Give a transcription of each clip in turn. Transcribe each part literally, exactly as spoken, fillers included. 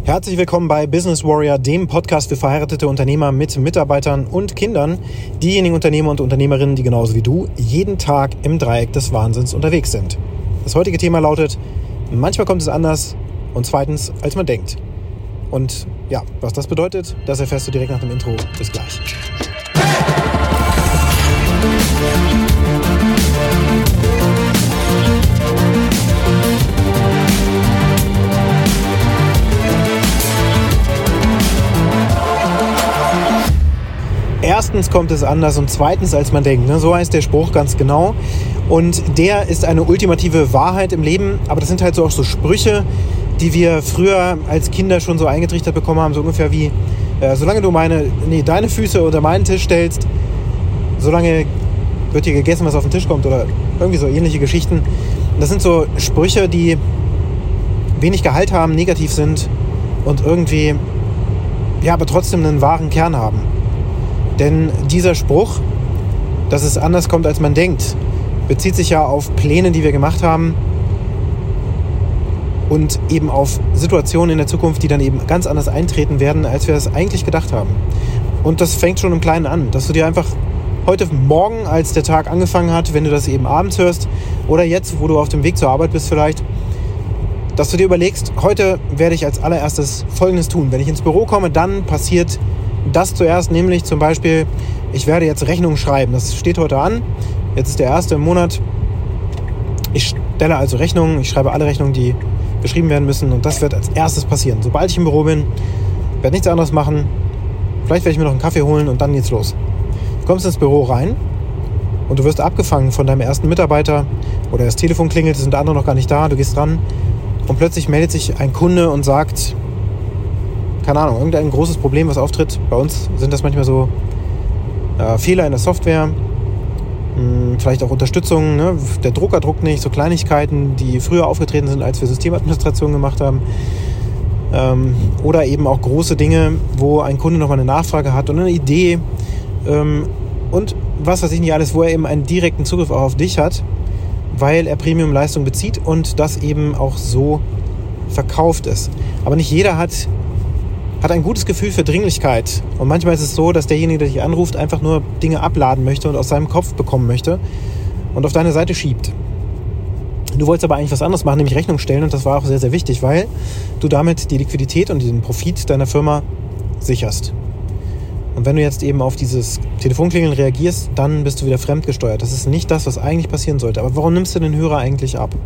Herzlich willkommen bei Business Warrior, dem Podcast für verheiratete Unternehmer mit Mitarbeitern und Kindern. Diejenigen Unternehmer und Unternehmerinnen, die genauso wie du jeden Tag im Dreieck des Wahnsinns unterwegs sind. Das heutige Thema lautet, manchmal kommt es anders und zweitens, als man denkt. Und ja, was das bedeutet, das erfährst du direkt nach dem Intro. Bis gleich. Erstens kommt es anders und zweitens, als man denkt. So heißt der Spruch ganz genau. Und der ist eine ultimative Wahrheit im Leben. Aber das sind halt so auch so Sprüche, die wir früher als Kinder schon so eingetrichtert bekommen haben. So ungefähr wie, äh, solange du meine, nee, deine Füße unter meinen Tisch stellst, solange wird dir gegessen, was auf den Tisch kommt. Oder irgendwie so ähnliche Geschichten. Das sind so Sprüche, die wenig Gehalt haben, negativ sind und irgendwie, ja, aber trotzdem einen wahren Kern haben. Denn dieser Spruch, dass es anders kommt, als man denkt, bezieht sich ja auf Pläne, die wir gemacht haben und eben auf Situationen in der Zukunft, die dann eben ganz anders eintreten werden, als wir es eigentlich gedacht haben. Und das fängt schon im Kleinen an, dass du dir einfach heute Morgen, als der Tag angefangen hat, wenn du das eben abends hörst oder jetzt, wo du auf dem Weg zur Arbeit bist vielleicht, dass du dir überlegst, heute werde ich als allererstes Folgendes tun. Wenn ich ins Büro komme, dann passiert das zuerst, nämlich zum Beispiel, ich werde jetzt Rechnungen schreiben. Das steht heute an. Jetzt ist der erste im Monat. Ich stelle also Rechnungen. Ich schreibe alle Rechnungen, die geschrieben werden müssen. Und das wird als erstes passieren. Sobald ich im Büro bin, werde nichts anderes machen. Vielleicht werde ich mir noch einen Kaffee holen und dann geht's los. Du kommst ins Büro rein und du wirst abgefangen von deinem ersten Mitarbeiter oder das Telefon klingelt, es sind andere noch gar nicht da. Du gehst ran und plötzlich meldet sich ein Kunde und sagt, keine Ahnung, irgendein großes Problem, was auftritt. Bei uns sind das manchmal so äh, Fehler in der Software, mh, vielleicht auch Unterstützung, ne? Der Drucker druckt nicht, so Kleinigkeiten, die früher aufgetreten sind, als wir Systemadministration gemacht haben. Ähm, oder eben auch große Dinge, wo ein Kunde nochmal eine Nachfrage hat und eine Idee ähm, und was weiß ich nicht alles, wo er eben einen direkten Zugriff auch auf dich hat, weil er Premium-Leistung bezieht und das eben auch so verkauft ist. Aber nicht jeder hat hat ein gutes Gefühl für Dringlichkeit. Und manchmal ist es so, dass derjenige, der dich anruft, einfach nur Dinge abladen möchte und aus seinem Kopf bekommen möchte und auf deine Seite schiebt. Du wolltest aber eigentlich was anderes machen, nämlich Rechnung stellen, und das war auch sehr, sehr wichtig, weil du damit die Liquidität und den Profit deiner Firma sicherst. Und wenn du jetzt eben auf dieses Telefonklingeln reagierst, dann bist du wieder fremdgesteuert. Das ist nicht das, was eigentlich passieren sollte. Aber warum nimmst du den Hörer eigentlich ab?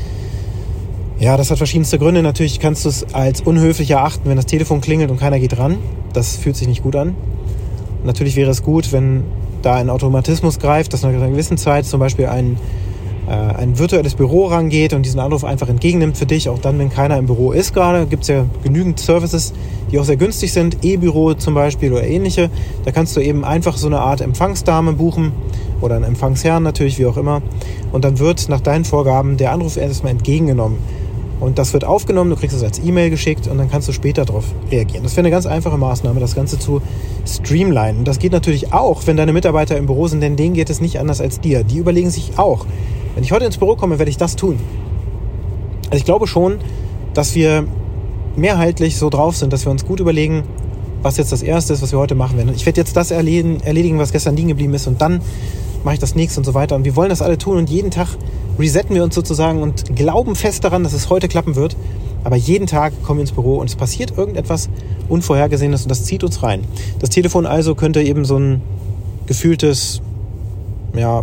Ja, das hat verschiedenste Gründe. Natürlich kannst du es als unhöflich erachten, wenn das Telefon klingelt und keiner geht ran. Das fühlt sich nicht gut an. Und natürlich wäre es gut, wenn da ein Automatismus greift, dass nach einer gewissen Zeit zum Beispiel ein, äh, ein virtuelles Büro rangeht und diesen Anruf einfach entgegennimmt für dich. Auch dann, wenn keiner im Büro ist gerade, gibt es ja genügend Services, die auch sehr günstig sind. E-Büro zum Beispiel oder ähnliche. Da kannst du eben einfach so eine Art Empfangsdame buchen oder einen Empfangsherrn natürlich, wie auch immer. Und dann wird nach deinen Vorgaben der Anruf erstmal entgegengenommen. Und das wird aufgenommen, du kriegst es als E-Mail geschickt und dann kannst du später darauf reagieren. Das wäre eine ganz einfache Maßnahme, das Ganze zu streamlinen. Das geht natürlich auch, wenn deine Mitarbeiter im Büro sind, denn denen geht es nicht anders als dir. Die überlegen sich auch, wenn ich heute ins Büro komme, werde ich das tun. Also ich glaube schon, dass wir mehrheitlich so drauf sind, dass wir uns gut überlegen, was jetzt das Erste ist, was wir heute machen werden. Ich werde jetzt das erledigen, erledigen, was gestern liegen geblieben ist, und dann mache ich das nächste und so weiter. Und wir wollen das alle tun und jeden Tag resetten wir uns sozusagen und glauben fest daran, dass es heute klappen wird. Aber jeden Tag kommen wir ins Büro und es passiert irgendetwas Unvorhergesehenes und das zieht uns rein. Das Telefon also könnte eben so ein gefühltes, ja,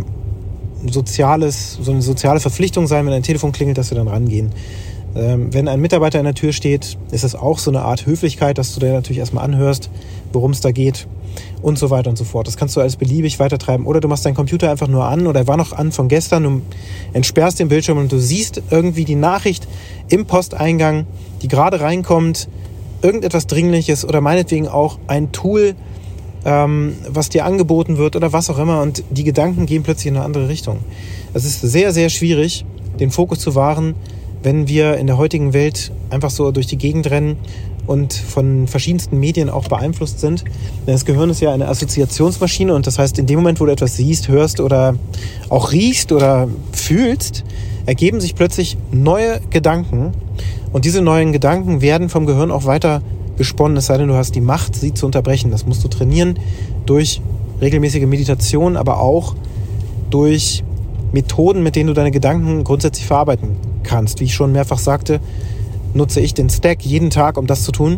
soziales, so eine soziale Verpflichtung sein, wenn ein Telefon klingelt, dass wir dann rangehen. Ähm, wenn ein Mitarbeiter in der Tür steht, ist es auch so eine Art Höflichkeit, dass du dir natürlich erstmal anhörst, worum es da geht und so weiter und so fort. Das kannst du alles beliebig weitertreiben. Oder du machst deinen Computer einfach nur an oder er war noch an von gestern, du entsperrst den Bildschirm und du siehst irgendwie die Nachricht im Posteingang, die gerade reinkommt, irgendetwas Dringliches oder meinetwegen auch ein Tool, ähm, was dir angeboten wird oder was auch immer, und die Gedanken gehen plötzlich in eine andere Richtung. Es ist sehr, sehr schwierig, den Fokus zu wahren, wenn wir in der heutigen Welt einfach so durch die Gegend rennen und von verschiedensten Medien auch beeinflusst sind. Denn das Gehirn ist ja eine Assoziationsmaschine und das heißt, in dem Moment, wo du etwas siehst, hörst oder auch riechst oder fühlst, ergeben sich plötzlich neue Gedanken Und diese neuen Gedanken werden vom Gehirn auch weiter gesponnen, es sei denn, du hast die Macht, sie zu unterbrechen. Das musst du trainieren durch regelmäßige Meditation, aber auch durch Methoden, mit denen du deine Gedanken grundsätzlich verarbeiten kannst. Wie ich schon mehrfach sagte, nutze ich den Stack jeden Tag, um das zu tun,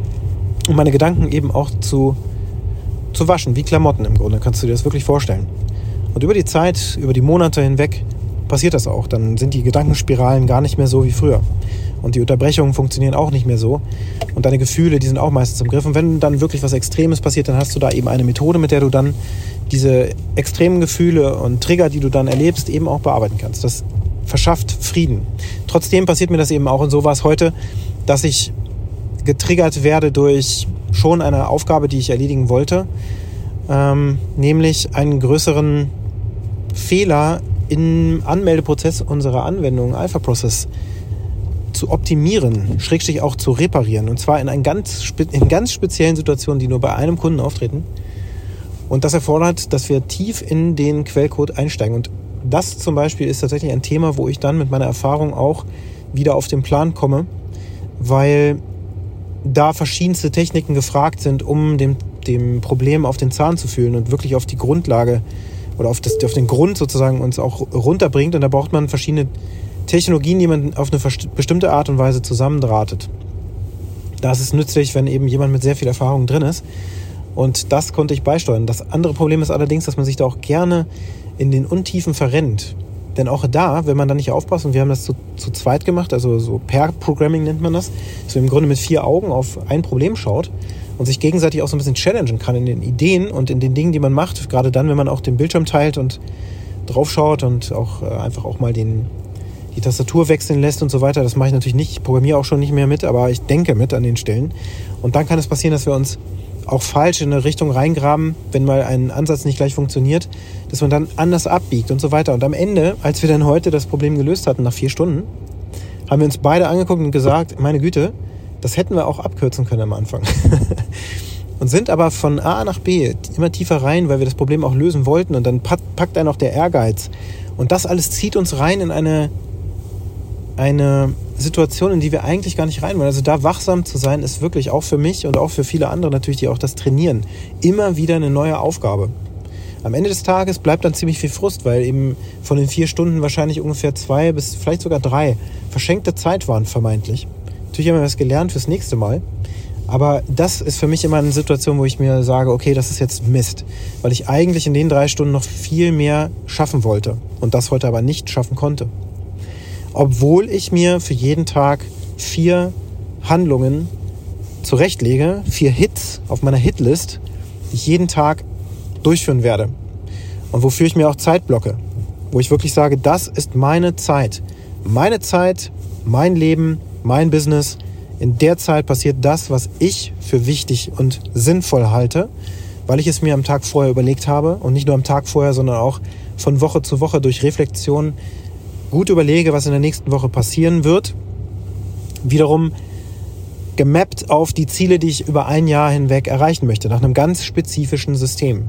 um meine Gedanken eben auch zu, zu waschen, wie Klamotten im Grunde, kannst du dir das wirklich vorstellen. Und über die Zeit, über die Monate hinweg passiert das auch. Dann sind die Gedankenspiralen gar nicht mehr so wie früher. Und die Unterbrechungen funktionieren auch nicht mehr so. Und deine Gefühle, die sind auch meistens im Griff. Und wenn dann wirklich was Extremes passiert, dann hast du da eben eine Methode, mit der du dann diese extremen Gefühle und Trigger, die du dann erlebst, eben auch bearbeiten kannst. Das verschafft Frieden. Trotzdem passiert mir das eben auch, und so war es heute, dass ich getriggert werde durch schon eine Aufgabe, die ich erledigen wollte, ähm, nämlich einen größeren Fehler im Anmeldeprozess unserer Anwendung Alpha Process zu optimieren, schrägstrich auch zu reparieren. Und zwar in, ein ganz, in ganz speziellen Situationen, die nur bei einem Kunden auftreten. Und das erfordert, dass wir tief in den Quellcode einsteigen. Und das zum Beispiel ist tatsächlich ein Thema, wo ich dann mit meiner Erfahrung auch wieder auf den Plan komme, weil da verschiedenste Techniken gefragt sind, um dem, dem Problem auf den Zahn zu fühlen und wirklich auf die Grundlage oder auf, das, auf den Grund sozusagen uns auch runterbringt. Und da braucht man verschiedene Technologien, die man auf eine bestimmte Art und Weise zusammendrahtet. Da ist es nützlich, wenn eben jemand mit sehr viel Erfahrung drin ist. Und das konnte ich beisteuern. Das andere Problem ist allerdings, dass man sich da auch gerne in den Untiefen verrennt. Denn auch da, wenn man da nicht aufpasst, und wir haben das zu, zu zweit gemacht, also so Pair-Programming nennt man das, dass man im Grunde mit vier Augen auf ein Problem schaut und sich gegenseitig auch so ein bisschen challengen kann in den Ideen und in den Dingen, die man macht. Gerade dann, wenn man auch den Bildschirm teilt und draufschaut und auch äh, einfach auch mal den, die Tastatur wechseln lässt und so weiter. Das mache ich natürlich nicht. Ich programmiere auch schon nicht mehr mit, aber ich denke mit an den Stellen. Und dann kann es passieren, dass wir uns auch falsch in eine Richtung reingraben, wenn mal ein Ansatz nicht gleich funktioniert, dass man dann anders abbiegt und so weiter. Und am Ende, als wir dann heute das Problem gelöst hatten, nach vier Stunden, haben wir uns beide angeguckt und gesagt, meine Güte, das hätten wir auch abkürzen können am Anfang. Und sind aber von A nach B immer tiefer rein, weil wir das Problem auch lösen wollten. Und dann packt einen auch der Ehrgeiz. Und das alles zieht uns rein in eine, eine Situation, in die wir eigentlich gar nicht rein wollen. Also da wachsam zu sein, ist wirklich auch für mich und auch für viele andere natürlich, die auch das trainieren, immer wieder eine neue Aufgabe. Am Ende des Tages bleibt dann ziemlich viel Frust, weil eben von den vier Stunden wahrscheinlich ungefähr zwei bis vielleicht sogar drei verschenkte Zeit waren vermeintlich. Natürlich haben wir was gelernt fürs nächste Mal. Aber das ist für mich immer eine Situation, wo ich mir sage, okay, das ist jetzt Mist. Weil ich eigentlich in den drei Stunden noch viel mehr schaffen wollte und das heute aber nicht schaffen konnte. Obwohl ich mir für jeden Tag vier Handlungen zurechtlege, vier Hits auf meiner Hitlist, die ich jeden Tag durchführen werde. Und wofür ich mir auch Zeit blocke. Wo ich wirklich sage, das ist meine Zeit. Meine Zeit, mein Leben, mein Business. In der Zeit passiert das, was ich für wichtig und sinnvoll halte, weil ich es mir am Tag vorher überlegt habe und nicht nur am Tag vorher, sondern auch von Woche zu Woche durch Reflexion gut überlege, was in der nächsten Woche passieren wird. Wiederum gemappt auf die Ziele, die ich über ein Jahr hinweg erreichen möchte, nach einem ganz spezifischen System.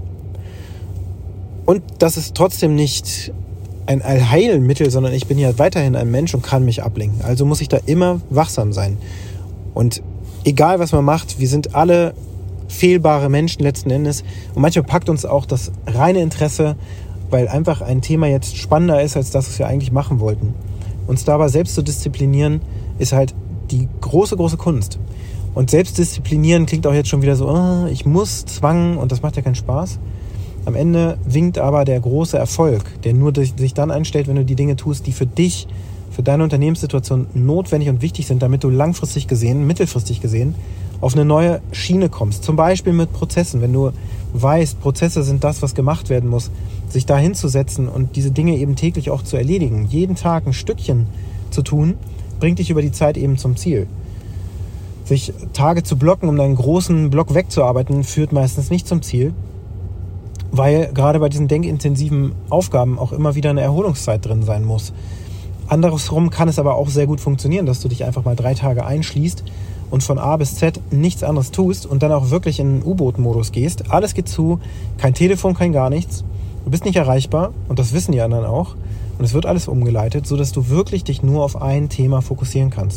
Und das ist trotzdem nicht ein Allheilmittel, sondern ich bin ja weiterhin ein Mensch und kann mich ablenken. Also muss ich da immer wachsam sein. Und egal, was man macht, wir sind alle fehlbare Menschen letzten Endes. Und manchmal packt uns auch das reine Interesse, weil einfach ein Thema jetzt spannender ist, als das, was wir eigentlich machen wollten. Uns dabei selbst zu disziplinieren, ist halt die große, große Kunst. Und Selbstdisziplinieren klingt auch jetzt schon wieder so, oh, ich muss, Zwang, und das macht ja keinen Spaß. Am Ende winkt aber der große Erfolg, der nur durch, sich dann einstellt, wenn du die Dinge tust, die für dich, für deine Unternehmenssituation notwendig und wichtig sind, damit du langfristig gesehen, mittelfristig gesehen, auf eine neue Schiene kommst. Zum Beispiel mit Prozessen. Wenn du weißt, Prozesse sind das, was gemacht werden muss, sich da hinzusetzen und diese Dinge eben täglich auch zu erledigen, jeden Tag ein Stückchen zu tun, bringt dich über die Zeit eben zum Ziel. Sich Tage zu blocken, um deinen großen Block wegzuarbeiten, führt meistens nicht zum Ziel, weil gerade bei diesen denkintensiven Aufgaben auch immer wieder eine Erholungszeit drin sein muss. Andersrum kann es aber auch sehr gut funktionieren, dass du dich einfach mal drei Tage einschließt und von A bis Z nichts anderes tust und dann auch wirklich in den U-Boot-Modus gehst. Alles geht zu, kein Telefon, kein gar nichts. Du bist nicht erreichbar und das wissen die anderen auch. Und es wird alles umgeleitet, sodass du wirklich dich nur auf ein Thema fokussieren kannst.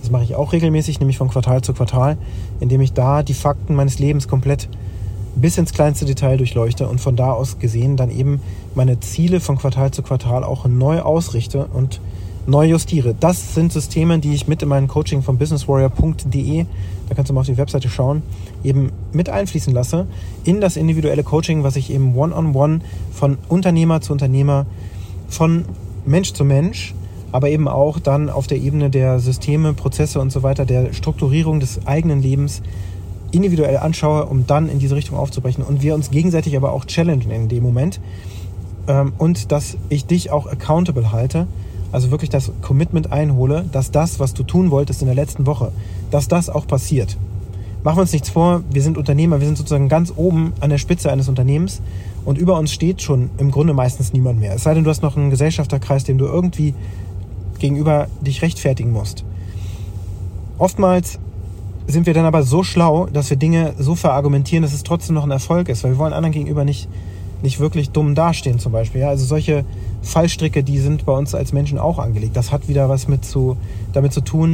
Das mache ich auch regelmäßig, nämlich von Quartal zu Quartal, indem ich da die Fakten meines Lebens komplett bis ins kleinste Detail durchleuchte und von da aus gesehen dann eben meine Ziele von Quartal zu Quartal auch neu ausrichte und neu justiere. Das sind Systeme, die ich mit in meinem Coaching von business warrior punkt de, da kannst du mal auf die Webseite schauen, eben mit einfließen lasse in das individuelle Coaching, was ich eben one-on-one von Unternehmer zu Unternehmer, von Mensch zu Mensch, aber eben auch dann auf der Ebene der Systeme, Prozesse und so weiter, der Strukturierung des eigenen Lebens individuell anschaue, um dann in diese Richtung aufzubrechen und wir uns gegenseitig aber auch challengen in dem Moment ähm, und dass ich dich auch accountable halte, also wirklich das Commitment einhole, dass das, was du tun wolltest in der letzten Woche, dass das auch passiert. Machen wir uns nichts vor, wir sind Unternehmer, wir sind sozusagen ganz oben an der Spitze eines Unternehmens und über uns steht schon im Grunde meistens niemand mehr. Es sei denn, du hast noch einen Gesellschafterkreis, dem du irgendwie gegenüber dich rechtfertigen musst. Oftmals sind wir dann aber so schlau, dass wir Dinge so verargumentieren, dass es trotzdem noch ein Erfolg ist, weil wir wollen anderen gegenüber nicht, nicht wirklich dumm dastehen zum Beispiel. Ja? Also solche Fallstricke, die sind bei uns als Menschen auch angelegt. Das hat wieder was mit zu, damit zu tun,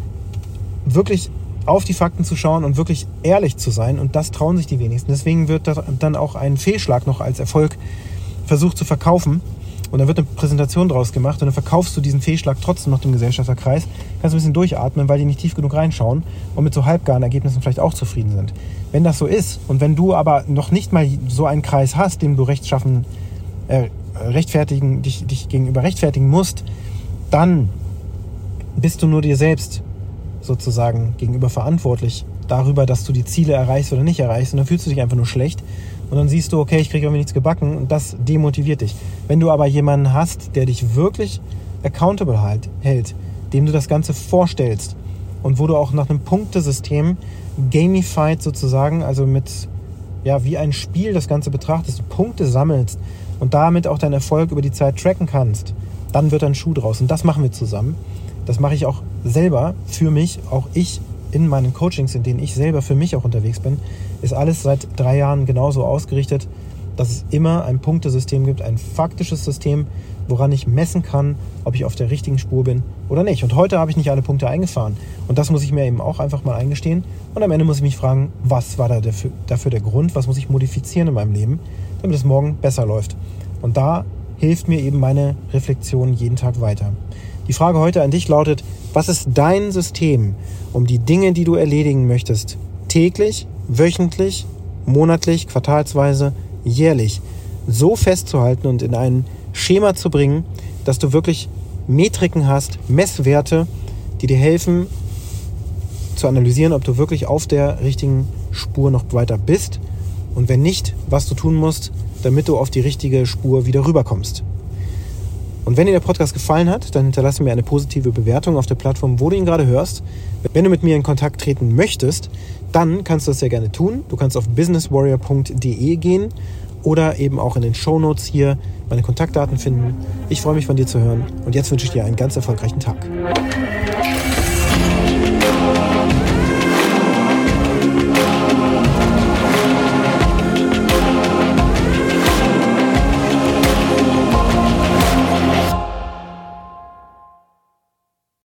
wirklich auf die Fakten zu schauen und wirklich ehrlich zu sein und das trauen sich die wenigsten. Deswegen wird dann auch ein Fehlschlag noch als Erfolg versucht zu verkaufen. Und dann wird eine Präsentation draus gemacht und dann verkaufst du diesen Fehlschlag trotzdem noch dem Gesellschafterkreis. Kannst ein bisschen durchatmen, weil die nicht tief genug reinschauen und mit so halbgaren Ergebnissen vielleicht auch zufrieden sind. Wenn das so ist und wenn du aber noch nicht mal so einen Kreis hast, dem du rechtschaffen, äh, rechtfertigen, dich, dich gegenüber rechtfertigen musst, dann bist du nur dir selbst sozusagen gegenüber verantwortlich darüber, dass du die Ziele erreichst oder nicht erreichst und dann fühlst du dich einfach nur schlecht. Und dann siehst du, okay, ich kriege irgendwie nichts gebacken und das demotiviert dich. Wenn du aber jemanden hast, der dich wirklich accountable halt, hält, dem du das Ganze vorstellst und wo du auch nach einem Punktesystem gamified sozusagen, also mit, ja, wie ein Spiel das Ganze betrachtest, du Punkte sammelst und damit auch deinen Erfolg über die Zeit tracken kannst, dann wird ein Schuh draus. Und das machen wir zusammen. Das mache ich auch selber für mich, auch ich in meinen Coachings, in denen ich selber für mich auch unterwegs bin, ist alles seit drei Jahren genauso ausgerichtet, dass es immer ein Punktesystem gibt, ein faktisches System, woran ich messen kann, ob ich auf der richtigen Spur bin oder nicht. Und heute habe ich nicht alle Punkte eingefahren. Und das muss ich mir eben auch einfach mal eingestehen. Und am Ende muss ich mich fragen, was war da dafür, dafür der Grund, was muss ich modifizieren in meinem Leben, damit es morgen besser läuft. Und da hilft mir eben meine Reflexion jeden Tag weiter. Die Frage heute an dich lautet, was ist dein System, um die Dinge, die du erledigen möchtest, täglich, wöchentlich, monatlich, quartalsweise, jährlich so festzuhalten und in ein Schema zu bringen, dass du wirklich Metriken hast, Messwerte, die dir helfen zu analysieren, ob du wirklich auf der richtigen Spur noch weiter bist und wenn nicht, was du tun musst, damit du auf die richtige Spur wieder rüberkommst. Und wenn dir der Podcast gefallen hat, dann hinterlasse mir eine positive Bewertung auf der Plattform, wo du ihn gerade hörst. Wenn du mit mir in Kontakt treten möchtest, dann kannst du das sehr gerne tun. Du kannst auf business warrior punkt de gehen oder eben auch in den Shownotes hier meine Kontaktdaten finden. Ich freue mich, von dir zu hören und jetzt wünsche ich dir einen ganz erfolgreichen Tag.